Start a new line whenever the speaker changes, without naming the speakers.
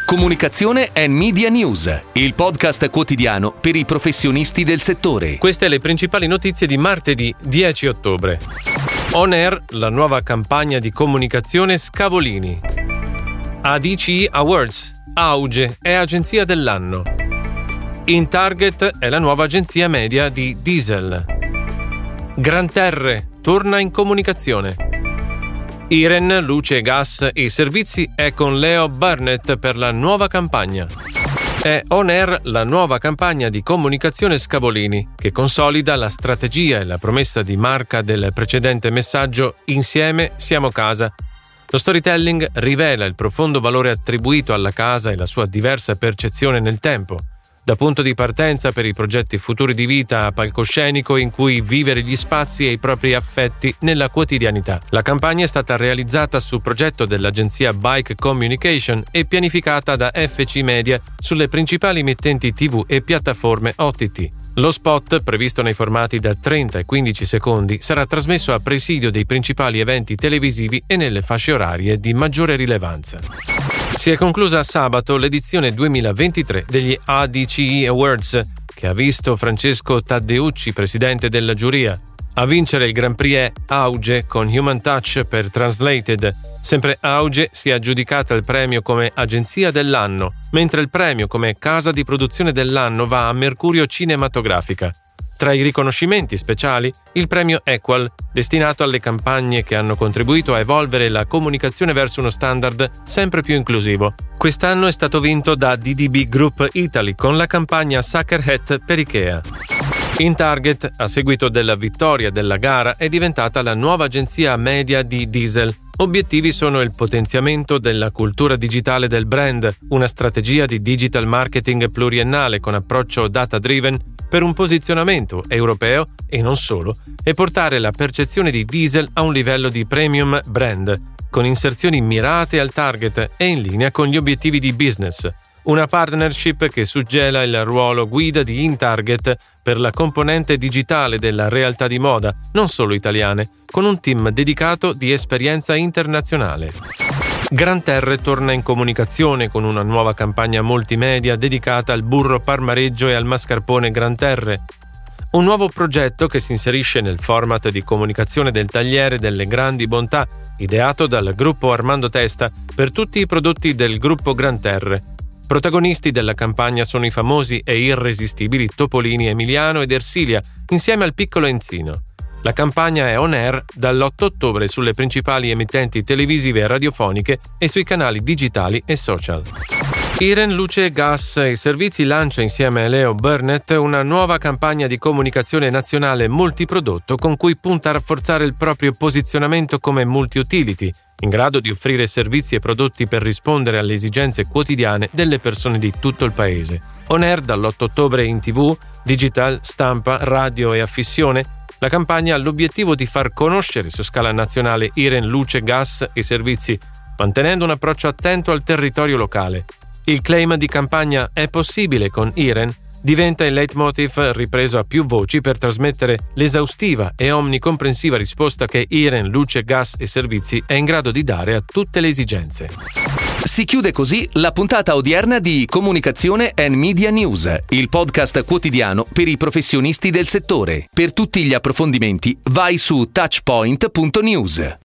Comunicazione and Media News, il podcast quotidiano per i professionisti del settore.
Queste le principali notizie di martedì 10 ottobre. On Air, la nuova campagna di comunicazione Scavolini. ADCI Awards, Auge è agenzia dell'anno. InTarget è la nuova agenzia media di Diesel. Granterre torna in comunicazione. Iren, luce, gas e servizi è con Leo Burnett per la nuova campagna. È On Air la nuova campagna di comunicazione Scavolini, che consolida la strategia e la promessa di marca del precedente messaggio Insieme siamo casa. Lo storytelling rivela il profondo valore attribuito alla casa e la sua diversa percezione nel tempo, da punto di partenza per i progetti futuri di vita a palcoscenico in cui vivere gli spazi e i propri affetti nella quotidianità. La campagna è stata realizzata su progetto dell'agenzia Bike Communication e pianificata da FC Media sulle principali emittenti TV e piattaforme OTT. Lo spot, previsto nei formati da 30 e 15 secondi, sarà trasmesso a presidio dei principali eventi televisivi e nelle fasce orarie di maggiore rilevanza. Si è conclusa sabato l'edizione 2023 degli ADCI Awards, che ha visto Francesco Taddeucci, presidente della giuria. A vincere il Grand Prix è Auge con Human Touch per Translated. Sempre Auge si è aggiudicata il premio come agenzia dell'anno, mentre il premio come casa di produzione dell'anno va a Mercurio Cinematografica. Tra i riconoscimenti speciali, il premio Equal, destinato alle campagne che hanno contribuito a evolvere la comunicazione verso uno standard sempre più inclusivo. Quest'anno è stato vinto da DDB Group Italy con la campagna Sucker Hat per Ikea. InTarget, a seguito della vittoria della gara, è diventata la nuova agenzia media di Diesel. Obiettivi sono il potenziamento della cultura digitale del brand, una strategia di digital marketing pluriennale con approccio data-driven per un posizionamento europeo e non solo, e portare la percezione di Diesel a un livello di premium brand, con inserzioni mirate al target e in linea con gli obiettivi di business. Una partnership che suggela il ruolo guida di InTarget per la componente digitale della realtà di moda, non solo italiane, con un team dedicato di esperienza internazionale. Granterre torna in comunicazione con una nuova campagna multimedia dedicata al burro parmareggio e al mascarpone Granterre. Un nuovo progetto che si inserisce nel format di comunicazione del tagliere delle grandi bontà, ideato dal gruppo Armando Testa per tutti i prodotti del gruppo Granterre. Protagonisti della campagna sono i famosi e irresistibili Topolini Emiliano ed Ersilia, insieme al piccolo Enzino. La campagna è on air dall'8 ottobre sulle principali emittenti televisive e radiofoniche e sui canali digitali e social. Iren, luce, gas e servizi lancia insieme a Leo Burnett una nuova campagna di comunicazione nazionale multiprodotto con cui punta a rafforzare il proprio posizionamento come multi-utility, in grado di offrire servizi e prodotti per rispondere alle esigenze quotidiane delle persone di tutto il paese. On air dall'8 ottobre in TV, digital, stampa, radio e affissione, la campagna ha l'obiettivo di far conoscere su scala nazionale Iren, luce, gas e servizi, mantenendo un approccio attento al territorio locale. Il claim di campagna "È possibile con Iren" diventa il leitmotiv ripreso a più voci per trasmettere l'esaustiva e omnicomprensiva risposta che Iren, luce, gas e servizi è in grado di dare a tutte le esigenze.
Si chiude così la puntata odierna di Comunicazione and Media News, il podcast quotidiano per i professionisti del settore. Per tutti gli approfondimenti vai su touchpoint.news.